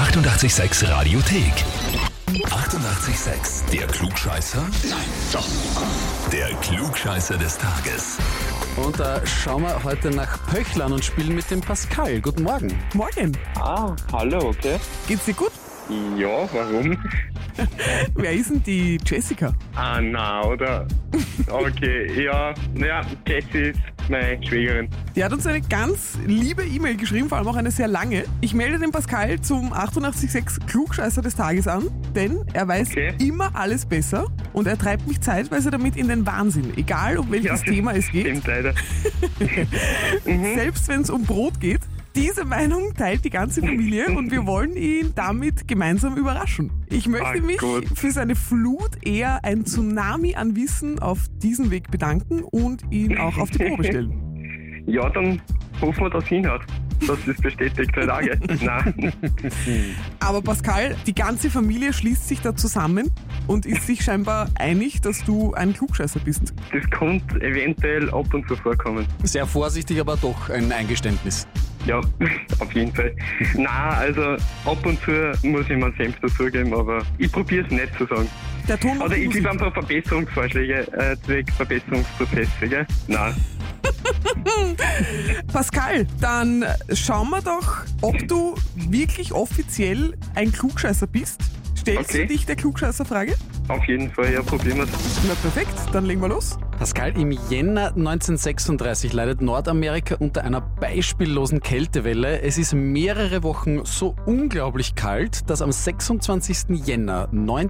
886 Radiothek. 88,6. Der Klugscheißer? Nein, doch. Der Klugscheißer des Tages. Und da schauen wir heute nach Pöchlern und spielen mit dem Pascal. Guten Morgen. Morgen. Hallo, okay. Geht's dir gut? Ja, warum? Wer ist denn die Jessica? Na, oder? Okay, ja, Jessie ist meine Schwägerin. Die hat uns eine ganz liebe E-Mail geschrieben, vor allem auch eine sehr lange. Ich melde den Pascal zum 88,6 Klugscheißer des Tages an, denn er weiß immer alles besser und er treibt mich zeitweise damit in den Wahnsinn, egal um welches Thema es geht. Stimmt, leider. Selbst wenn es um Brot geht. Diese Meinung teilt die ganze Familie und wir wollen ihn damit gemeinsam überraschen. Ich möchte mich für seine Flut, eher ein Tsunami an Wissen auf diesem Weg bedanken und ihn auch auf die Probe stellen. Ja, dann hoffen wir, dass es hinhaut. Das ist bestätigt, keine Frage. Nein. Aber Pascal, die ganze Familie schließt sich da zusammen und ist sich scheinbar einig, dass du ein Klugscheißer bist. Das könnte eventuell ab und zu vorkommen. Sehr vorsichtig, aber doch ein Eingeständnis. Ja, auf jeden Fall. Nein, also ab und zu muss ich meinen Senf dazugeben, aber ich probiere es nicht zu sagen. Der Ton macht Oder ich Musik. gebe einfach Verbesserungsvorschläge, zwecks Verbesserungsprozesse, gell? Nein. Pascal, dann schauen wir doch, ob du wirklich offiziell ein Klugscheißer bist. Stellst du dich der Klugscheißer-Frage? Auf jeden Fall, ja, probieren wir es. Na perfekt, dann legen wir los. Pascal, im Jänner 1936 leidet Nordamerika unter einer beispiellosen Kältewelle. Es ist mehrere Wochen so unglaublich kalt, dass am 26. Jänner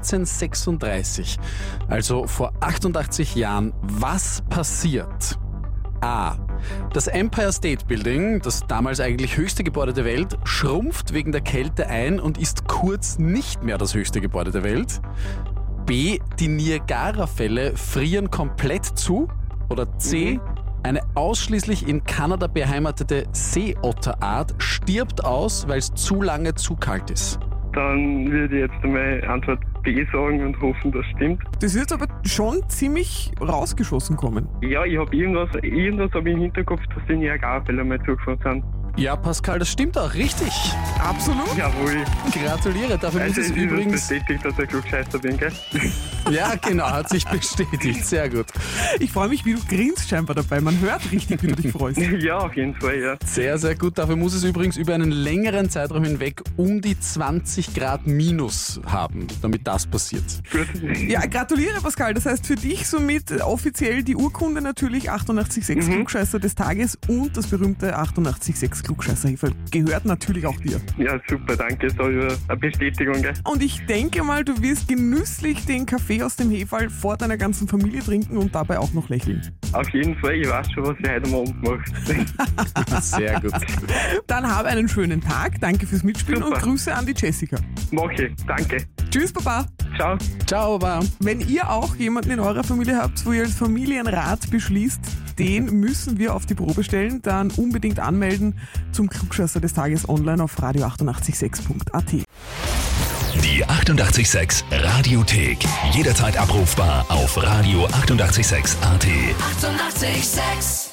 1936, also vor 88 Jahren, was passiert? A. Das Empire State Building, das damals eigentlich höchste Gebäude der Welt, schrumpft wegen der Kälte ein und ist kurz nicht mehr das höchste Gebäude der Welt. B. Die Niagara-Fälle frieren komplett zu. Oder C. Eine ausschließlich in Kanada beheimatete Seeotterart stirbt aus, weil es zu lange zu kalt ist. Dann würde ich jetzt einmal Antwort B sagen und hoffen, das stimmt. Das wird aber schon ziemlich rausgeschossen kommen. Ja, ich habe irgendwas habe ich im Hinterkopf, dass die Niagara-Fälle mal zugefahren sind. Ja, Pascal, das stimmt auch. Richtig. Absolut. Jawohl. Gratuliere. Dafür muss Also es ist übrigens... bestätigt, dass ich Klugscheißer bin, gell? Ja, genau, hat sich bestätigt. Sehr gut. Ich freue mich, wie du grinst scheinbar dabei. Man hört richtig, wie du dich freust. Ja, auf jeden Fall, ja. Sehr, sehr gut. Dafür muss es übrigens über einen längeren Zeitraum hinweg um die 20 Grad minus haben, damit das passiert. Gut. Ja, gratuliere Pascal. Das heißt für dich somit offiziell die Urkunde natürlich 88,6 Klugscheißer des Tages und das berühmte 88,6 Klugscheißer-Heferl gehört natürlich auch dir. Ja, super, danke. So eine Bestätigung, gell? Und ich denke mal, du wirst genüsslich den Kaffee aus dem Heferl vor deiner ganzen Familie trinken und dabei auch noch lächeln. Auf jeden Fall, ich weiß schon, was ich heute am Abend mache. Sehr gut. Dann habe einen schönen Tag. Danke fürs Mitspielen Super. und Grüße an die Jessica. Mach ich, danke. Tschüss, Papa. Ciao. Ciao, Baba. Wenn ihr auch jemanden in eurer Familie habt, wo ihr als Familienrat beschließt, den müssen wir auf die Probe stellen, dann unbedingt anmelden zum Klugscheißer des Tages online auf radio886.at. Die 88,6 Radiothek. Jederzeit abrufbar auf radio886.at. 88,6. Eighty-eight, sex.